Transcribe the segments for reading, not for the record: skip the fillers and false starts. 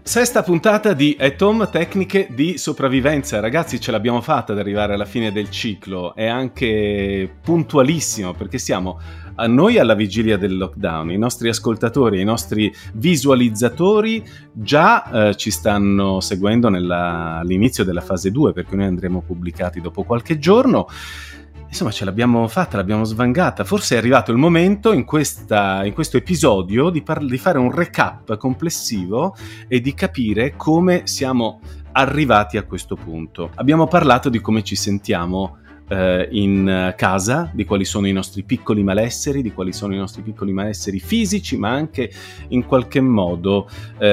Sesta puntata di Home, tecniche di sopravvivenza. Ragazzi, ce l'abbiamo fatta ad arrivare alla fine del ciclo. È anche puntualissimo perché siamo a noi alla vigilia del lockdown. I nostri ascoltatori, i nostri visualizzatori già ci stanno seguendo all'inizio della fase 2, perché noi andremo pubblicati dopo qualche giorno. Insomma, ce l'abbiamo fatta, l'abbiamo svangata. Forse è arrivato il momento in questo episodio di fare un recap complessivo e di capire come siamo arrivati a questo punto. Abbiamo parlato di come ci sentiamo in casa, di quali sono i nostri piccoli malesseri, di quali sono i nostri piccoli malesseri fisici, ma anche in qualche modo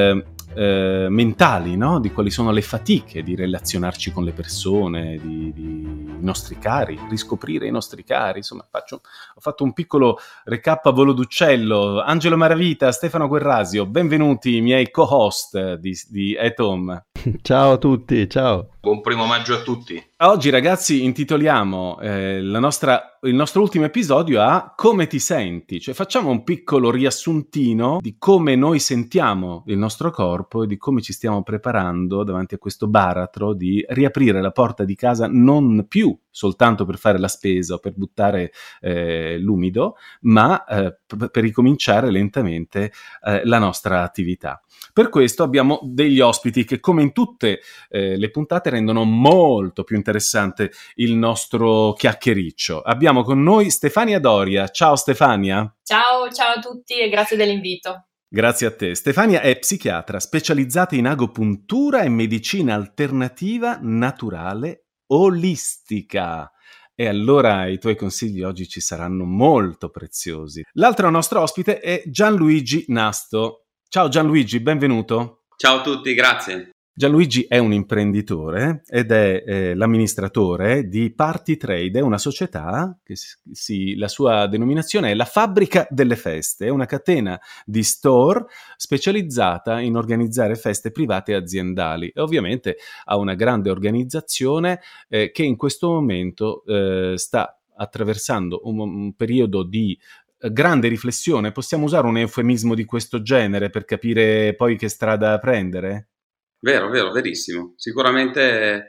mentali, no? Di quali sono le fatiche di relazionarci con le persone, di nostri cari, riscoprire i nostri cari. Insomma, ho fatto un piccolo recap a volo d'uccello. Angelo Maravita, Stefano Guerrasio, benvenuti miei co-host di Home. Ciao a tutti, ciao. Buon primo maggio a tutti. Oggi, ragazzi, intitoliamo il nostro ultimo episodio a Come ti senti? Cioè facciamo un piccolo riassuntino di come noi sentiamo il nostro corpo e di come ci stiamo preparando davanti a questo baratro di riaprire la porta di casa non più soltanto per fare la spesa o per buttare l'umido, ma per ricominciare lentamente la nostra attività. Per questo abbiamo degli ospiti che, come in tutte le puntate, rendono molto più interessante il nostro chiacchiericcio. Abbiamo con noi Stefania Doria. Ciao Stefania. Ciao a tutti e grazie dell'invito. Grazie a te. Stefania è psichiatra specializzata in agopuntura e medicina alternativa naturale olistica. E allora i tuoi consigli oggi ci saranno molto preziosi. L'altro nostro ospite è Gianluigi Nasto. Ciao Gianluigi, benvenuto. Ciao a tutti, grazie. Gianluigi è un imprenditore ed è l'amministratore di Party Trade, è una società che la sua denominazione è la Fabbrica delle Feste, è una catena di store specializzata in organizzare feste private e aziendali e ovviamente ha una grande organizzazione che in questo momento sta attraversando un periodo di grande riflessione. Possiamo usare un eufemismo di questo genere per capire poi che strada prendere? Vero, verissimo. Sicuramente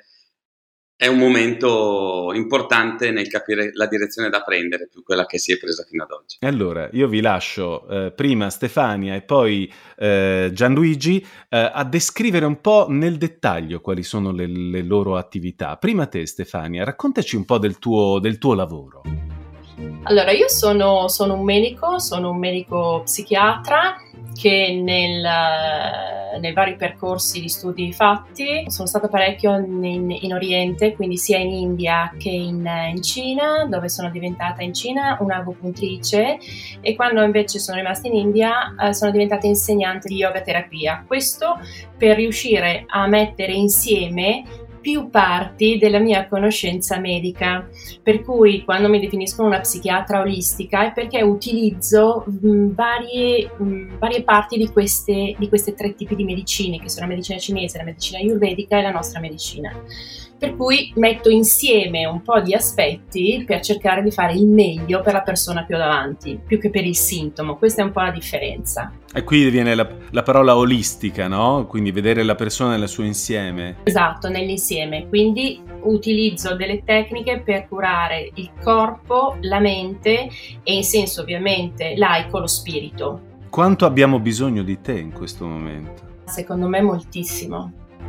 è un momento importante nel capire la direzione da prendere, più quella che si è presa fino ad oggi. Allora, io vi lascio prima Stefania e poi Gianluigi a descrivere un po' nel dettaglio quali sono le loro attività. Prima te, Stefania, raccontaci un po' del tuo lavoro. Allora, io sono un medico psichiatra che nei vari percorsi di studi fatti sono stata parecchio in Oriente, quindi sia in India che in Cina, dove sono diventata in Cina un'agopuntrice e quando invece sono rimasta in India sono diventata insegnante di yoga terapia. Questo per riuscire a mettere insieme più parti della mia conoscenza medica, per cui quando mi definisco una psichiatra olistica è perché utilizzo varie parti di queste tre tipi di medicine, che sono la medicina cinese, la medicina ayurvedica e la nostra medicina. Per cui metto insieme un po' di aspetti per cercare di fare il meglio per la persona che ho davanti, più che per il sintomo. Questa è un po' la differenza. E qui viene la parola olistica, no? Quindi vedere la persona nel suo insieme. Esatto, nell'insieme. Quindi utilizzo delle tecniche per curare il corpo, la mente e in senso ovviamente laico lo spirito. Quanto abbiamo bisogno di te in questo momento? Secondo me moltissimo,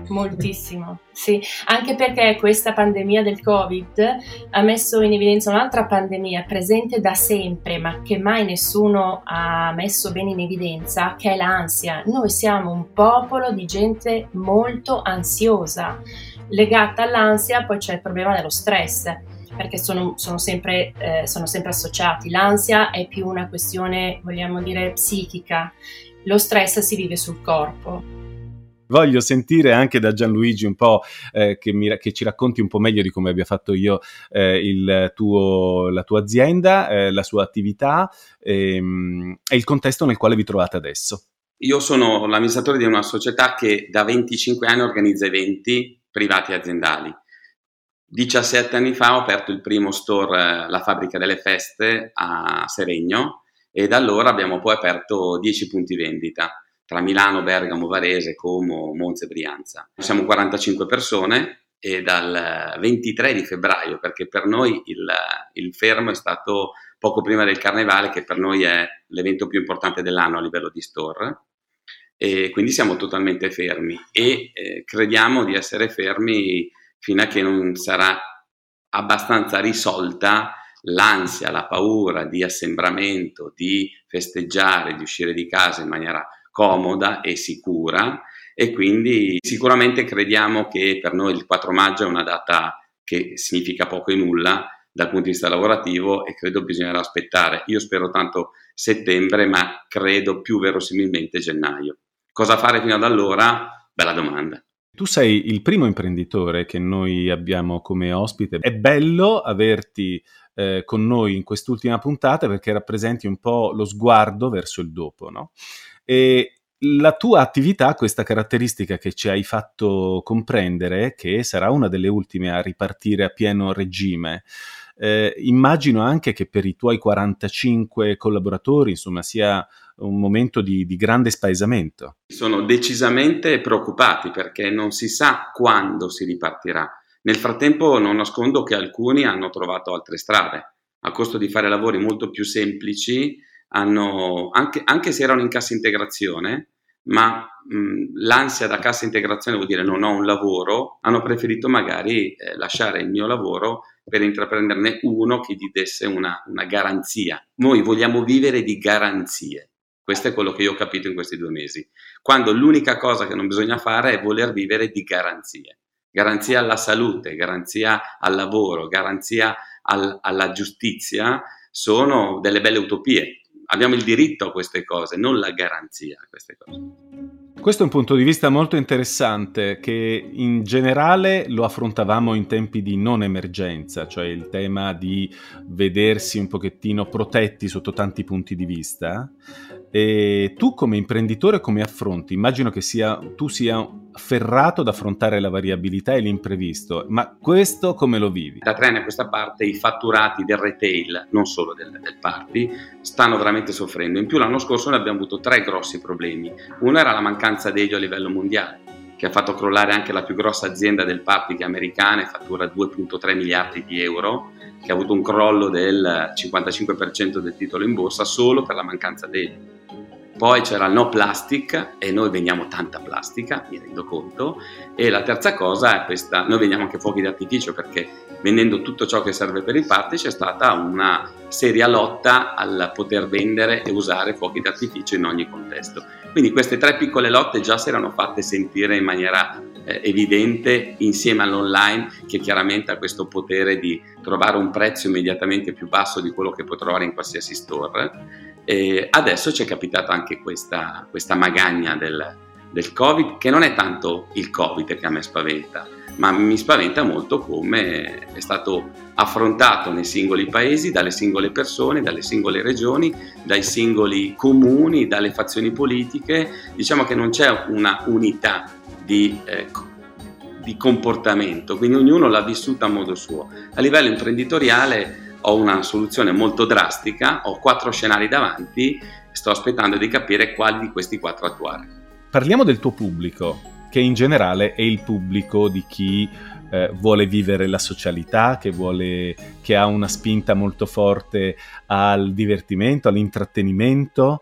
sì, anche perché questa pandemia del Covid ha messo in evidenza un'altra pandemia presente da sempre ma che mai nessuno ha messo bene in evidenza, che è l'ansia. Noi siamo un popolo di gente molto ansiosa. Legata all'ansia poi c'è il problema dello stress, perché sono sempre associati. L'ansia è più una questione, vogliamo dire, psichica, lo stress si vive sul corpo. Voglio sentire anche da Gianluigi un po' che ci racconti un po' meglio di come abbia fatto io la tua azienda, la sua attività e il contesto nel quale vi trovate adesso. Io sono l'amministratore di una società che da 25 anni organizza eventi privati e aziendali. 17 anni fa ho aperto il primo store, la Fabbrica delle Feste a Seregno, e da allora abbiamo poi aperto 10 punti vendita. tra Milano, Bergamo, Varese, Como, Monza e Brianza. Siamo 45 persone e dal 23 di febbraio, perché per noi il fermo è stato poco prima del Carnevale, che per noi è l'evento più importante dell'anno a livello di store, e quindi siamo totalmente fermi e crediamo di essere fermi fino a che non sarà abbastanza risolta l'ansia, la paura di assembramento, di festeggiare, di uscire di casa in maniera comoda e sicura, e quindi sicuramente crediamo che per noi il 4 maggio è una data che significa poco e nulla dal punto di vista lavorativo, e credo bisognerà aspettare. Io spero tanto settembre, ma credo più verosimilmente gennaio. Cosa fare fino ad allora? Bella domanda. Tu sei il primo imprenditore che noi abbiamo come ospite. È bello averti con noi in quest'ultima puntata, perché rappresenti un po' lo sguardo verso il dopo, no? E la tua attività ha questa caratteristica che ci hai fatto comprendere, che sarà una delle ultime a ripartire a pieno regime. Immagino anche che per i tuoi 45 collaboratori, insomma, sia un momento di grande spaesamento. Sono decisamente preoccupati perché non si sa quando si ripartirà. Nel frattempo non nascondo che alcuni hanno trovato altre strade. A costo di fare lavori molto più semplici, anche se erano in cassa integrazione, ma l'ansia da cassa integrazione vuol dire non ho un lavoro, hanno preferito magari lasciare il mio lavoro per intraprenderne uno che gli desse una garanzia. Noi vogliamo vivere di garanzie. Questo è quello che io ho capito in questi 2 mesi. Quando l'unica cosa che non bisogna fare è voler vivere di garanzie. Garanzia alla salute, garanzia al lavoro, garanzia alla giustizia, sono delle belle utopie. Abbiamo il diritto a queste cose, non la garanzia a queste cose. Questo è un punto di vista molto interessante, che in generale lo affrontavamo in tempi di non emergenza, cioè il tema di vedersi un pochettino protetti sotto tanti punti di vista. E tu come imprenditore come affronti? Immagino che tu sia ferrato ad affrontare la variabilità e l'imprevisto, ma questo come lo vivi? Da 3 anni a questa parte i fatturati del retail, non solo del party, stanno veramente soffrendo. In più l'anno scorso noi abbiamo avuto 3 grossi problemi. Uno era la mancanza d'elio a livello mondiale, che ha fatto crollare anche la più grossa azienda del party, che è americana, e fattura 2,3 miliardi di euro, che ha avuto un crollo del 55% del titolo in borsa solo per la mancanza d'elio. Poi c'era il no plastic, e noi vendiamo tanta plastica, mi rendo conto, e la terza cosa è questa: noi vendiamo anche fuochi d'artificio, perché vendendo tutto ciò che serve per il party c'è stata una seria lotta al poter vendere e usare fuochi d'artificio in ogni contesto. Quindi queste 3 piccole lotte già si erano fatte sentire in maniera evidente, insieme all'online, che chiaramente ha questo potere di trovare un prezzo immediatamente più basso di quello che puoi trovare in qualsiasi store. E adesso ci è capitata anche questa magagna del Covid, che non è tanto il Covid che a me spaventa, ma mi spaventa molto come è stato affrontato nei singoli paesi, dalle singole persone, dalle singole regioni, dai singoli comuni, dalle fazioni politiche. Diciamo che non c'è una unità di comportamento, quindi ognuno l'ha vissuta a modo suo. A livello imprenditoriale ho una soluzione molto drastica, ho 4 scenari davanti, sto aspettando di capire quali di questi 4 attuare. Parliamo del tuo pubblico, che in generale è il pubblico di chi vuole vivere la socialità, che ha una spinta molto forte al divertimento, all'intrattenimento.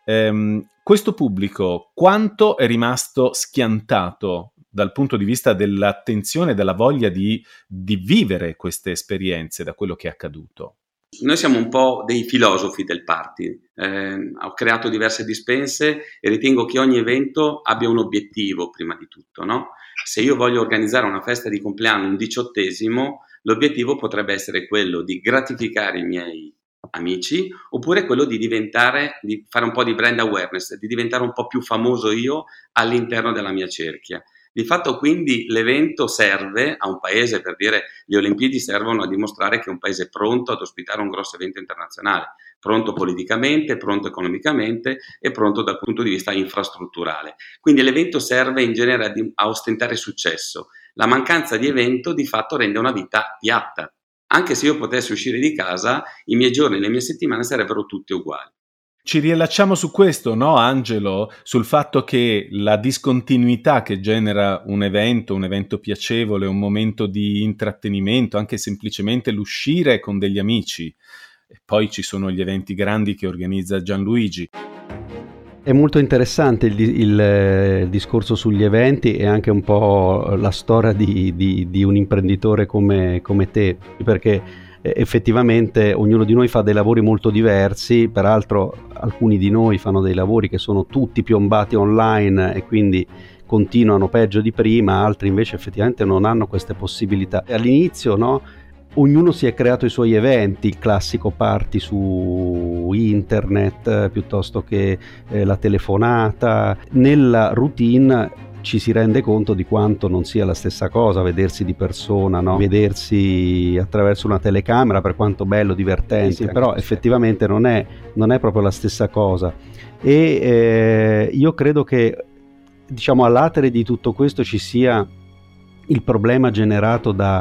Questo pubblico quanto è rimasto schiantato dal punto di vista dell'attenzione e della voglia di vivere queste esperienze da quello che è accaduto? Noi siamo un po' dei filosofi del party. Ho creato diverse dispense e ritengo che ogni evento abbia un obiettivo prima di tutto, no? Se io voglio organizzare una festa di compleanno, un 18°, l'obiettivo potrebbe essere quello di gratificare i miei amici, oppure quello di fare un po' di brand awareness, di diventare un po' più famoso io all'interno della mia cerchia. Di fatto quindi l'evento serve a un paese, per dire, le Olimpiadi servono a dimostrare che è un paese è pronto ad ospitare un grosso evento internazionale, pronto politicamente, pronto economicamente e pronto dal punto di vista infrastrutturale. Quindi l'evento serve in genere a ostentare successo. La mancanza di evento di fatto rende una vita piatta. Anche se io potessi uscire di casa, i miei giorni e le mie settimane sarebbero tutte uguali. Ci riallacciamo su questo, no Angelo? Sul fatto che la discontinuità che genera un evento piacevole, un momento di intrattenimento, anche semplicemente l'uscire con degli amici. E poi ci sono gli eventi grandi che organizza Gianluigi. È molto interessante il discorso sugli eventi e anche un po' la storia di un imprenditore come te, perché effettivamente ognuno di noi fa dei lavori molto diversi, peraltro alcuni di noi fanno dei lavori che sono tutti piombati online e quindi continuano peggio di prima, altri invece effettivamente non hanno queste possibilità. All'inizio, no? Ognuno si è creato i suoi eventi, il classico party su internet piuttosto che la telefonata. Nella routine ci si rende conto di quanto non sia la stessa cosa vedersi di persona, no? Vedersi attraverso una telecamera, per quanto bello, divertente, sì, però effettivamente non è proprio la stessa cosa. E io credo che, diciamo, all'atere di tutto questo ci sia il problema generato da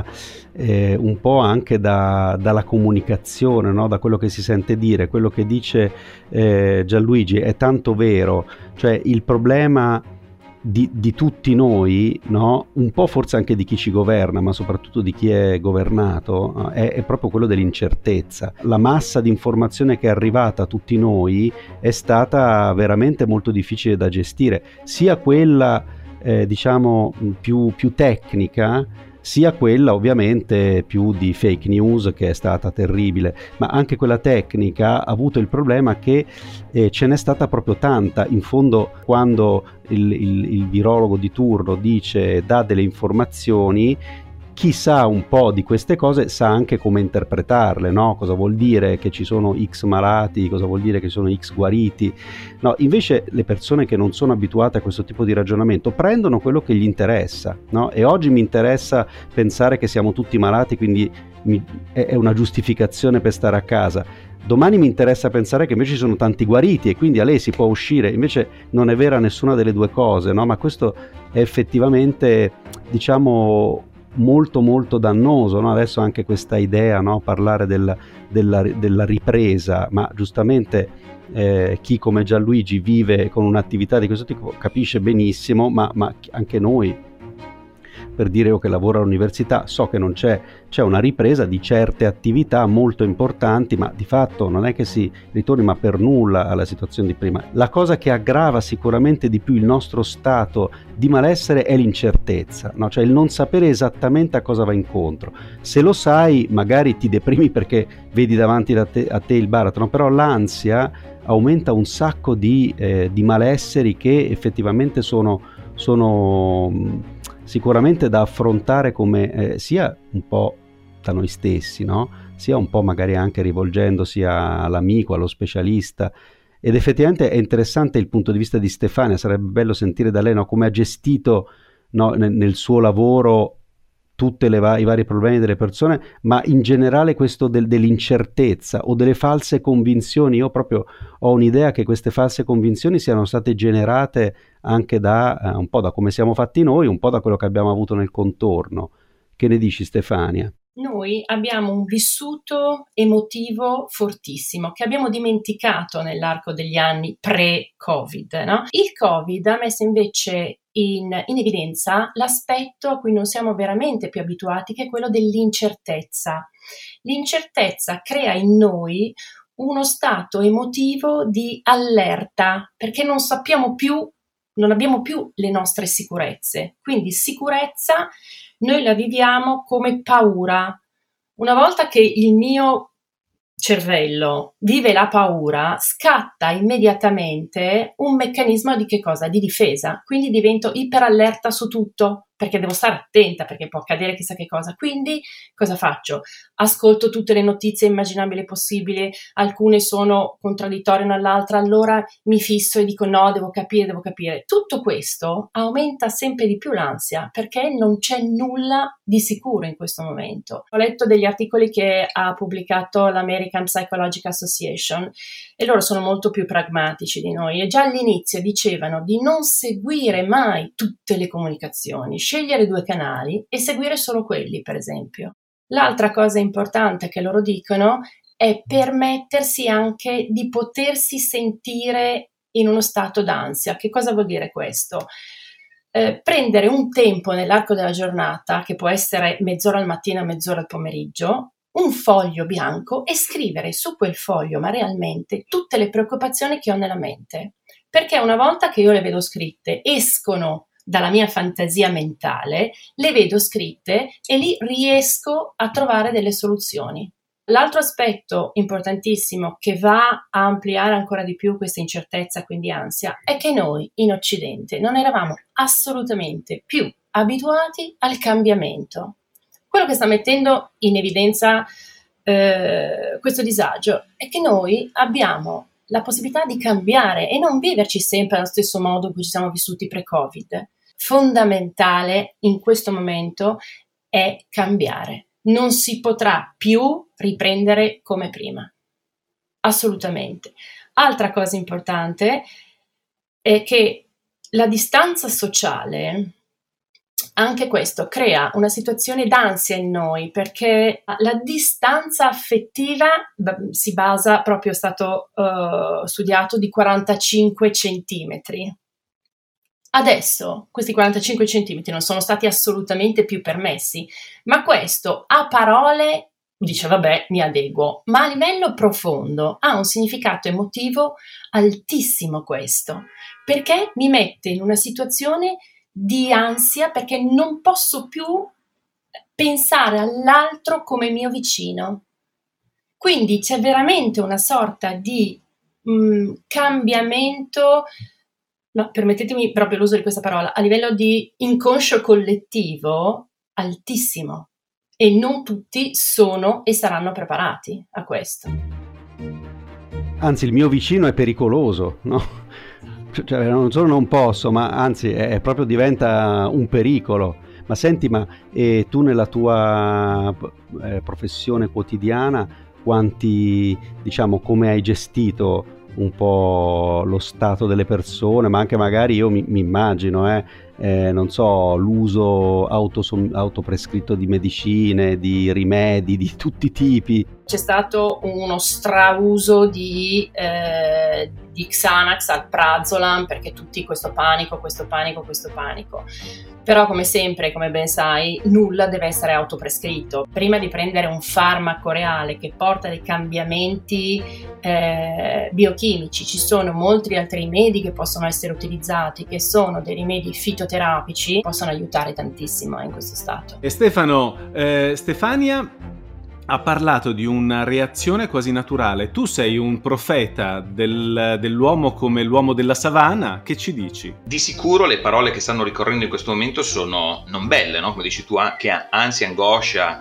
un po' anche dalla comunicazione, no? Da quello che si sente dire. Quello che dice Gianluigi è tanto vero, cioè il problema di tutti noi, no? Un po' forse anche di chi ci governa, ma soprattutto di chi è governato, è proprio quello dell'incertezza. La massa di informazione che è arrivata a tutti noi è stata veramente molto difficile da gestire, sia quella diciamo più tecnica, sia quella ovviamente più di fake news, che è stata terribile, ma anche quella tecnica ha avuto il problema che ce n'è stata proprio tanta. In fondo, quando il virologo di turno dà delle informazioni, chi sa un po' di queste cose sa anche come interpretarle, no? Cosa vuol dire che ci sono X malati, cosa vuol dire che ci sono X guariti. No, invece le persone che non sono abituate a questo tipo di ragionamento prendono quello che gli interessa, no? E oggi mi interessa pensare che siamo tutti malati, quindi è una giustificazione per stare a casa. Domani mi interessa pensare che invece ci sono tanti guariti e quindi a lei si può uscire. Invece non è vera nessuna delle due cose, no? Ma questo è effettivamente, diciamo, molto molto dannoso, no? Adesso anche questa idea, no? Parlare della ripresa, ma giustamente chi come Gianluigi vive con un'attività di questo tipo capisce benissimo, ma anche noi, per dire io che lavoro all'università, so che non c'è una ripresa di certe attività molto importanti, ma di fatto non è che si ritorni ma per nulla alla situazione di prima. La cosa che aggrava sicuramente di più il nostro stato di malessere è l'incertezza, no? Cioè il non sapere esattamente a cosa va incontro. Se lo sai, magari ti deprimi perché vedi davanti a te il baratro, però l'ansia aumenta un sacco di malesseri che effettivamente sono sicuramente da affrontare come sia un po' da noi stessi, no? Sia un po' magari anche rivolgendosi all'amico, allo specialista. Ed effettivamente è interessante il punto di vista di Stefania, sarebbe bello sentire da lei, no? Come ha gestito, no, nel suo lavoro tutti i vari problemi delle persone, ma in generale questo dell'incertezza o delle false convinzioni. Io proprio ho un'idea che queste false convinzioni siano state generate anche un po' da come siamo fatti noi, un po' da quello che abbiamo avuto nel contorno. Che ne dici, Stefania? Noi abbiamo un vissuto emotivo fortissimo che abbiamo dimenticato nell'arco degli anni pre-Covid, no? Il Covid ha messo invece in evidenza l'aspetto a cui non siamo veramente più abituati, che è quello dell'incertezza. L'incertezza crea in noi uno stato emotivo di allerta, perché non sappiamo più, non abbiamo più le nostre sicurezze. Quindi sicurezza noi la viviamo come paura. Una volta che il mio cervello vive la paura, scatta immediatamente un meccanismo di che cosa? Di difesa. Quindi divento iperallerta su tutto, perché devo stare attenta, perché può accadere chissà che cosa. Quindi cosa faccio? Ascolto tutte le notizie immaginabili e possibili, alcune sono contraddittorie una all'altra, allora mi fisso e dico no, devo capire. Tutto questo aumenta sempre di più l'ansia, perché non c'è nulla di sicuro in questo momento. Ho letto degli articoli che ha pubblicato l'American Psychological Association e loro sono molto più pragmatici di noi e già all'inizio dicevano di non seguire mai tutte le comunicazioni, scegliere 2 canali e seguire solo quelli, per esempio. L'altra cosa importante che loro dicono è permettersi anche di potersi sentire in uno stato d'ansia. Che cosa vuol dire questo? Prendere un tempo nell'arco della giornata, che può essere mezz'ora al mattino, mezz'ora al pomeriggio, un foglio bianco e scrivere su quel foglio, ma realmente, tutte le preoccupazioni che ho nella mente. Perché una volta che io le vedo scritte, escono dalla mia fantasia mentale, le vedo scritte e lì riesco a trovare delle soluzioni. L'altro aspetto importantissimo che va a ampliare ancora di più questa incertezza, quindi ansia, è che noi in Occidente non eravamo assolutamente più abituati al cambiamento. Quello che sta mettendo in evidenza questo disagio è che noi abbiamo la possibilità di cambiare e non viverci sempre allo stesso modo in cui ci siamo vissuti pre-Covid. Fondamentale in questo momento è cambiare. Non si potrà più riprendere come prima. Assolutamente. Altra cosa importante è che la distanza sociale, anche questo, crea una situazione d'ansia in noi, perché la distanza affettiva si basa, proprio è stato studiato, di 45 centimetri. Adesso questi 45 centimetri non sono stati assolutamente più permessi, ma questo a parole dice vabbè, mi adeguo, ma a livello profondo ha un significato emotivo altissimo questo, perché mi mette in una situazione di ansia, perché non posso più pensare all'altro come mio vicino. Quindi c'è veramente una sorta di cambiamento, no, permettetemi proprio l'uso di questa parola, a livello di inconscio collettivo altissimo, e non tutti sono e saranno preparati a questo. Anzi, il mio vicino è pericoloso, no? Cioè, non solo non posso, ma anzi proprio diventa un pericolo. Ma senti, tu nella tua professione quotidiana, come hai gestito un po' lo stato delle persone, ma anche magari io mi immagino, non so, l'uso autoprescritto di medicine, di rimedi di tutti i tipi. C'è stato uno strauso di Xanax, alprazolam, perché tutti questo panico. Però come sempre, come ben sai, nulla deve essere autoprescritto. Prima di prendere un farmaco reale che porta dei cambiamenti biochimici, ci sono molti altri rimedi che possono essere utilizzati, che sono dei rimedi fitoterapici, possono aiutare tantissimo in questo stato. E Stefania ha parlato di una reazione quasi naturale. Tu sei un profeta dell'uomo come l'uomo della savana. Che ci dici? Di sicuro le parole che stanno ricorrendo in questo momento sono non belle, no? Come dici tu, che ansia, angoscia,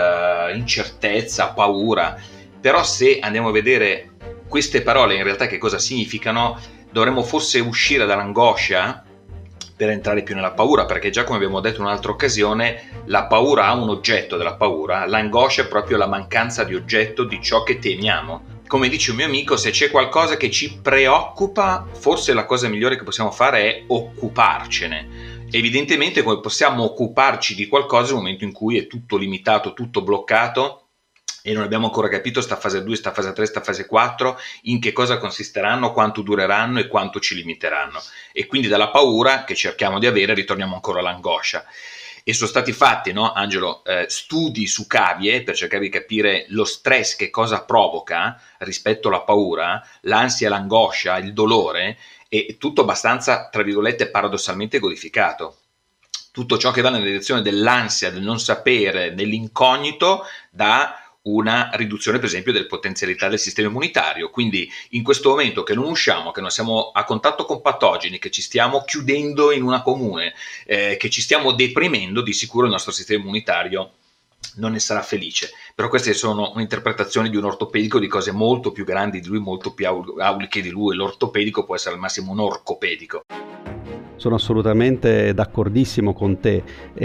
incertezza, paura. Però se andiamo a vedere queste parole in realtà che cosa significano, dovremmo forse uscire dall'angoscia per entrare più nella paura, perché già come abbiamo detto in un'altra occasione, la paura ha un oggetto della paura, l'angoscia è proprio la mancanza di oggetto di ciò che temiamo. Come dice un mio amico, se c'è qualcosa che ci preoccupa, forse la cosa migliore che possiamo fare è occuparcene. Evidentemente come possiamo occuparci di qualcosa nel momento in cui è tutto limitato, tutto bloccato, e non abbiamo ancora capito sta fase 2, sta fase 3, sta fase 4, in che cosa consisteranno, quanto dureranno e quanto ci limiteranno. E quindi dalla paura che cerchiamo di avere ritorniamo ancora all'angoscia. E sono stati fatti, no, Angelo, studi su cavie per cercare di capire lo stress che cosa provoca rispetto alla paura, l'ansia, l'angoscia, il dolore, e tutto abbastanza, tra virgolette, paradossalmente codificato. Tutto ciò che va nella direzione dell'ansia, del non sapere, dell'incognito, dà una riduzione per esempio delle potenzialità del sistema immunitario. Quindi in questo momento che non usciamo, che non siamo a contatto con patogeni, che ci stiamo chiudendo in una comune, che ci stiamo deprimendo, di sicuro il nostro sistema immunitario non ne sarà felice. Però queste sono un'interpretazione di un ortopedico di cose molto più grandi di lui, molto più auliche di lui. L'ortopedico può essere al massimo un orcopedico. Sono assolutamente d'accordissimo con te.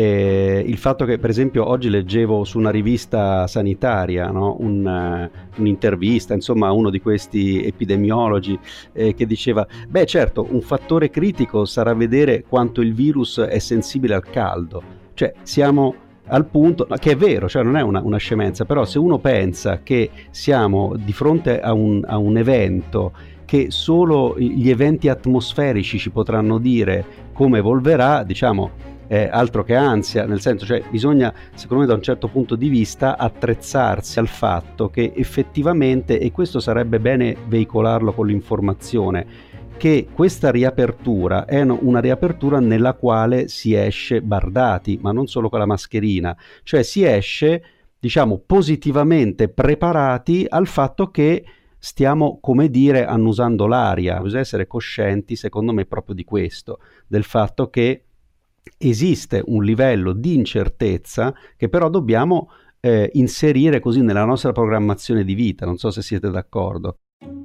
Il fatto che, per esempio, oggi leggevo su una rivista sanitaria, no? Un'intervista, insomma, a uno di questi epidemiologi che diceva, beh certo, un fattore critico sarà vedere quanto il virus è sensibile al caldo. Cioè siamo al punto che è vero, cioè non è una scemenza, però se uno pensa che siamo di fronte a un evento che solo gli eventi atmosferici ci potranno dire come evolverà, diciamo, altro che ansia, nel senso, cioè bisogna, secondo me, da un certo punto di vista attrezzarsi al fatto che effettivamente, e questo sarebbe bene veicolarlo con l'informazione, che questa riapertura è una riapertura nella quale si esce bardati, ma non solo con la mascherina, cioè si esce, diciamo, positivamente preparati al fatto che stiamo, come dire, annusando l'aria. Bisogna essere coscienti, secondo me, proprio di questo, del fatto che esiste un livello di incertezza che però dobbiamo inserire così nella nostra programmazione di vita. Non so se siete d'accordo.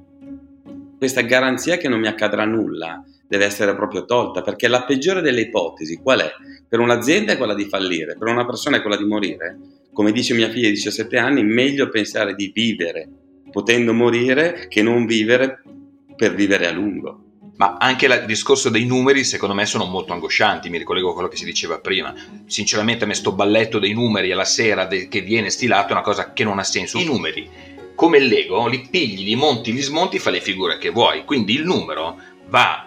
Questa garanzia che non mi accadrà nulla deve essere proprio tolta, perché la peggiore delle ipotesi qual è? Per un'azienda è quella di fallire, per una persona è quella di morire. Come dice mia figlia di 17 anni, meglio pensare di vivere potendo morire che non vivere per vivere a lungo. Ma anche il discorso dei numeri, secondo me, sono molto angoscianti. Mi ricollego a quello che si diceva prima. Sinceramente, a me sto balletto dei numeri alla sera che viene stilato è una cosa che non ha senso. I numeri, come il Lego, li pigli, li monti, li smonti, fai le figure che vuoi. Quindi il numero va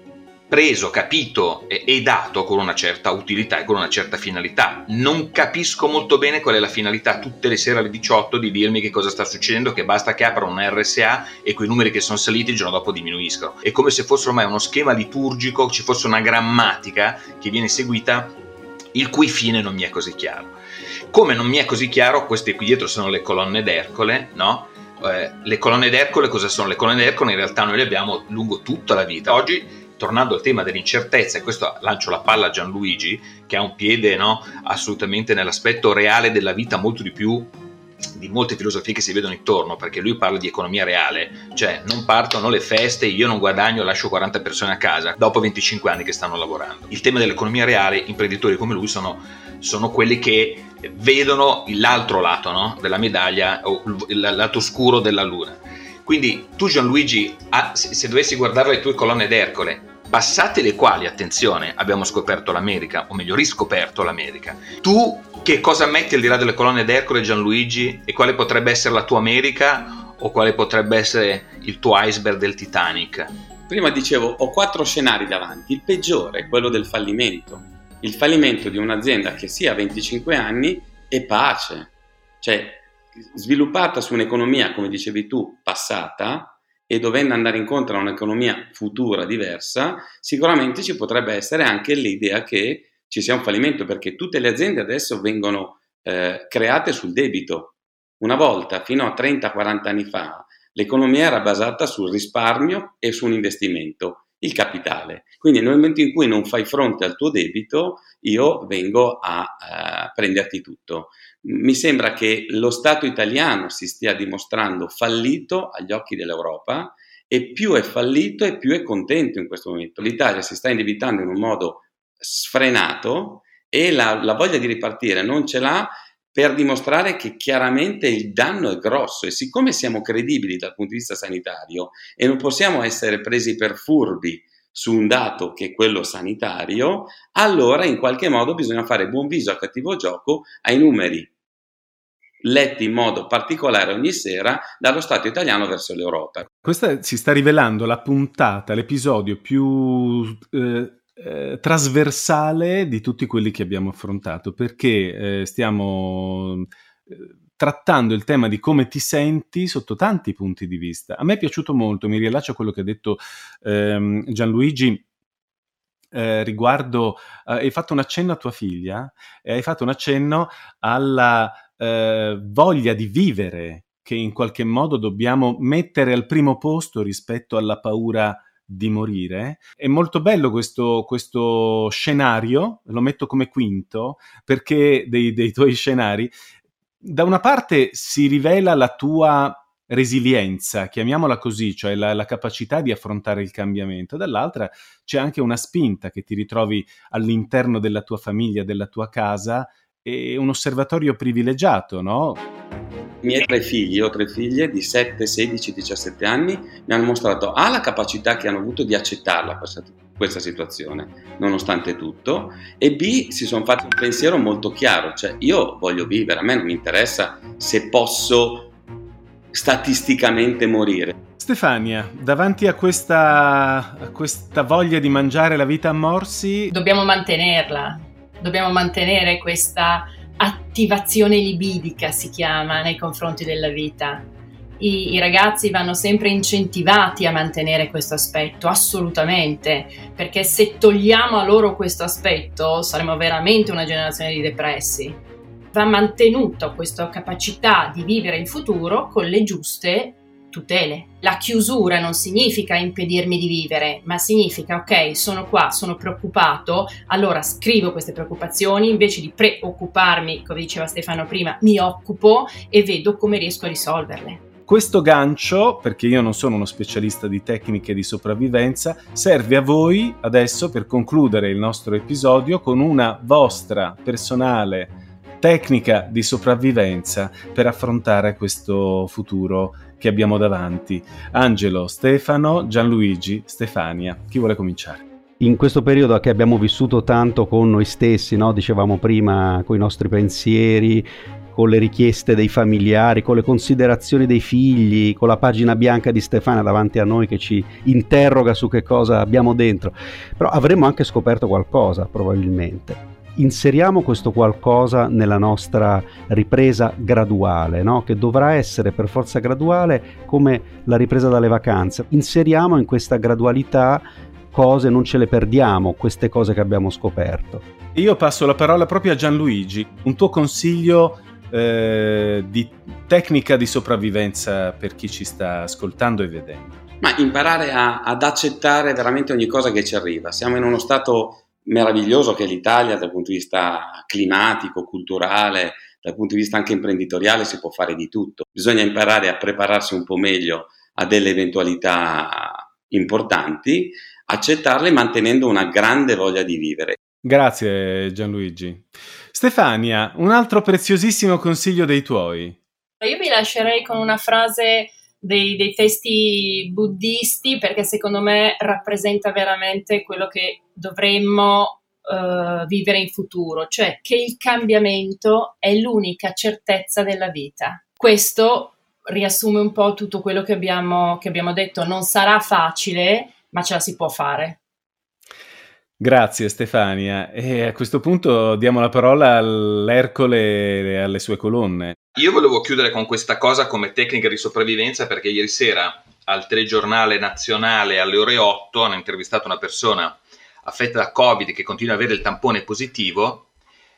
preso, capito e dato con una certa utilità e con una certa finalità. Non capisco molto bene qual è la finalità tutte le sere alle 18 di dirmi che cosa sta succedendo, che basta che apra una RSA e quei numeri che sono saliti il giorno dopo diminuiscono. È come se fosse ormai uno schema liturgico, ci fosse una grammatica che viene seguita, il cui fine non mi è così chiaro. Come non mi è così chiaro, queste qui dietro sono le colonne d'Ercole, no? Le colonne d'Ercole cosa sono? Le colonne d'Ercole in realtà noi le abbiamo lungo tutta la vita. Oggi, tornando al tema dell'incertezza, e questo lancio la palla a Gianluigi, che ha un piede, no, assolutamente nell'aspetto reale della vita, molto di più di molte filosofie che si vedono intorno, perché lui parla di economia reale, cioè non partono le feste, io non guadagno, lascio 40 persone a casa dopo 25 anni che stanno lavorando. Il tema dell'economia reale, imprenditori come lui sono quelli che vedono l'altro lato, no, della medaglia, o il lato scuro della luna. Quindi tu, Gianluigi, se dovessi guardare le tue colonne d'Ercole, passate le quali, attenzione, abbiamo scoperto l'America, o meglio riscoperto l'America, tu che cosa metti al di là delle colonne d'Ercole, Gianluigi, e quale potrebbe essere la tua America o quale potrebbe essere il tuo iceberg del Titanic? Prima dicevo, ho 4 scenari davanti. Il peggiore è quello del fallimento. Il fallimento di un'azienda che sia a 25 anni e pace, cioè sviluppata su un'economia, come dicevi tu, passata, e dovendo andare incontro a un'economia futura diversa, sicuramente ci potrebbe essere anche l'idea che ci sia un fallimento, perché tutte le aziende adesso vengono create sul debito. Una volta, fino a 30-40 anni fa, l'economia era basata sul risparmio e su un investimento, il capitale. Quindi nel momento in cui non fai fronte al tuo debito, io vengo a prenderti tutto. Mi sembra che lo Stato italiano si stia dimostrando fallito agli occhi dell'Europa, e più è fallito e più è contento in questo momento. L'Italia si sta indebitando in un modo sfrenato e la voglia di ripartire non ce l'ha, per dimostrare che chiaramente il danno è grosso, e siccome siamo credibili dal punto di vista sanitario e non possiamo essere presi per furbi su un dato che è quello sanitario, allora in qualche modo bisogna fare buon viso a cattivo gioco ai numeri letti in modo particolare ogni sera dallo Stato italiano verso l'Europa. Questa si sta rivelando la puntata, l'episodio più trasversale di tutti quelli che abbiamo affrontato, perché stiamo trattando il tema di come ti senti sotto tanti punti di vista. A me è piaciuto molto, mi riallaccio a quello che ha detto Gianluigi riguardo, hai fatto un accenno a tua figlia e hai fatto un accenno alla voglia di vivere, che in qualche modo dobbiamo mettere al primo posto rispetto alla paura di morire. È molto bello questo scenario, lo metto come quinto, perché dei tuoi scenari, da una parte si rivela la tua resilienza, chiamiamola così, cioè la capacità di affrontare il cambiamento, dall'altra c'è anche una spinta che ti ritrovi all'interno della tua famiglia, della tua casa, e un osservatorio privilegiato, no? I miei 3 figli, io ho 3 figlie di 7, 16, 17 anni, mi hanno mostrato la capacità che hanno avuto di accettarla questa situazione, nonostante tutto, e B, si sono fatti un pensiero molto chiaro, cioè io voglio vivere, a me non mi interessa se posso statisticamente morire. Stefania, davanti a questa voglia di mangiare la vita a morsi, dobbiamo mantenerla, dobbiamo mantenere questa attivazione libidica, si chiama, nei confronti della vita. I ragazzi vanno sempre incentivati a mantenere questo aspetto, assolutamente, perché se togliamo a loro questo aspetto saremo veramente una generazione di depressi. Va mantenuta questa capacità di vivere il futuro con le giuste tutele. La chiusura non significa impedirmi di vivere, ma significa, ok, sono qua, sono preoccupato, allora scrivo queste preoccupazioni, invece di preoccuparmi, come diceva Stefano prima, mi occupo e vedo come riesco a risolverle. questo gancio, perché io non sono uno specialista di tecniche di sopravvivenza, serve a voi adesso per concludere il nostro episodio con una vostra personale tecnica di sopravvivenza per affrontare questo futuro che abbiamo davanti. Angelo, Stefano, Gianluigi, Stefania, chi vuole cominciare? In questo periodo che abbiamo vissuto tanto con noi stessi, no? Dicevamo prima, con i nostri pensieri, con le richieste dei familiari, con le considerazioni dei figli, con la pagina bianca di Stefania davanti a noi che ci interroga su che cosa abbiamo dentro. Però avremmo anche scoperto qualcosa, probabilmente. Inseriamo questo qualcosa nella nostra ripresa graduale, no? Che dovrà essere per forza graduale come la ripresa dalle vacanze. Inseriamo in questa gradualità cose, non ce le perdiamo, queste cose che abbiamo scoperto. Io passo la parola proprio a Gianluigi. Un tuo consiglio di tecnica di sopravvivenza per chi ci sta ascoltando e vedendo? Ma imparare ad accettare veramente ogni cosa che ci arriva. Siamo in uno stato meraviglioso che è l'Italia dal punto di vista climatico, culturale, dal punto di vista anche imprenditoriale si può fare di tutto. Bisogna imparare a prepararsi un po' meglio a delle eventualità importanti, accettarle mantenendo una grande voglia di vivere. Grazie Gianluigi. Stefania, un altro preziosissimo consiglio dei tuoi. Io vi lascerei con una frase dei testi buddisti, perché secondo me rappresenta veramente quello che dovremmo vivere in futuro, cioè che il cambiamento è l'unica certezza della vita. Questo riassume un po' tutto quello che abbiamo detto. Non sarà facile, ma ce la si può fare. Grazie Stefania, e a questo punto diamo la parola all'Ercole e alle sue colonne. Io volevo chiudere con questa cosa come tecnica di sopravvivenza, perché ieri sera al telegiornale nazionale alle ore 8 hanno intervistato una persona affetta da Covid che continua ad avere il tampone positivo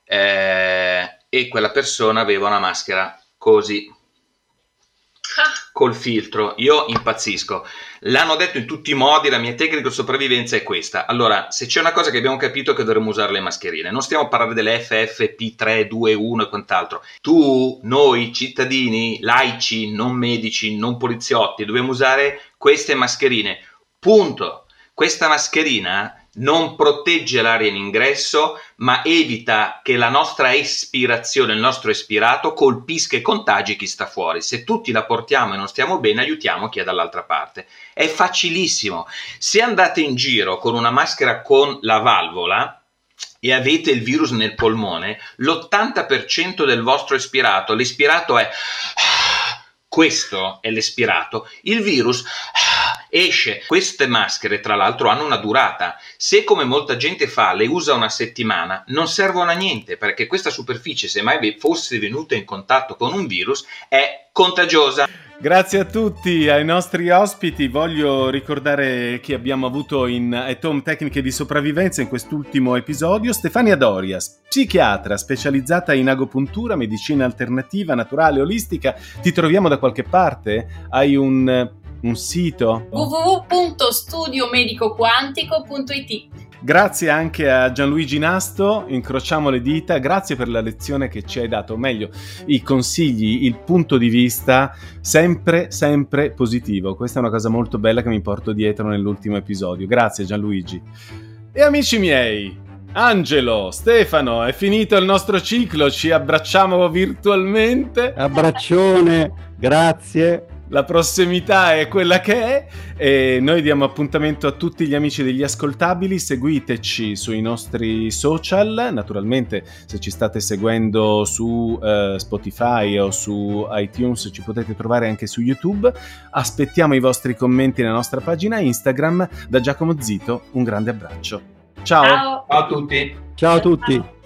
e quella persona aveva una maschera così, col filtro. Io impazzisco. L'hanno detto in tutti i modi, la mia tecnica di sopravvivenza è questa. Allora, se c'è una cosa che abbiamo capito è che dovremmo usare le mascherine. Non stiamo a parlare delle FFP3, 2, 1 e quant'altro. Tu, noi, cittadini, laici, non medici, non poliziotti, dobbiamo usare queste mascherine. Punto. Questa mascherina non protegge l'aria in ingresso, ma evita che la nostra espirazione, il nostro espirato, colpisca e contagi chi sta fuori. Se tutti la portiamo e non stiamo bene, aiutiamo chi è dall'altra parte. È facilissimo. Se andate in giro con una maschera con la valvola e avete il virus nel polmone, l'80% del vostro espirato, l'espirato è... questo è l'espirato. Il virus... esce. Queste maschere tra l'altro hanno una durata. Se come molta gente fa le usa una settimana, non servono a niente, perché questa superficie, se mai fosse venuta in contatto con un virus, è contagiosa. Grazie a tutti, ai nostri ospiti. Voglio ricordare che abbiamo avuto in At Home Tecniche di Sopravvivenza in quest'ultimo episodio Stefania Dorias, psichiatra specializzata in agopuntura, medicina alternativa, naturale, olistica. Ti troviamo da qualche parte? Hai un sito? www.studiomedicoquantico.it. Grazie anche a Gianluigi Nasto, incrociamo le dita, grazie per la lezione che ci hai dato, o meglio, i consigli, il punto di vista, sempre positivo. Questa è una cosa molto bella che mi porto dietro nell'ultimo episodio. Grazie Gianluigi. E amici miei, Angelo, Stefano, è finito il nostro ciclo, ci abbracciamo virtualmente. Abbraccione, grazie. La prossimità è quella che è, e noi diamo appuntamento a tutti gli amici degli ascoltabili. Seguiteci sui nostri social, naturalmente se ci state seguendo su Spotify o su iTunes ci potete trovare anche su YouTube. Aspettiamo i vostri commenti nella nostra pagina Instagram. Da Giacomo Zito un grande abbraccio. Ciao. Ciao Ciao a tutti. Ciao a tutti.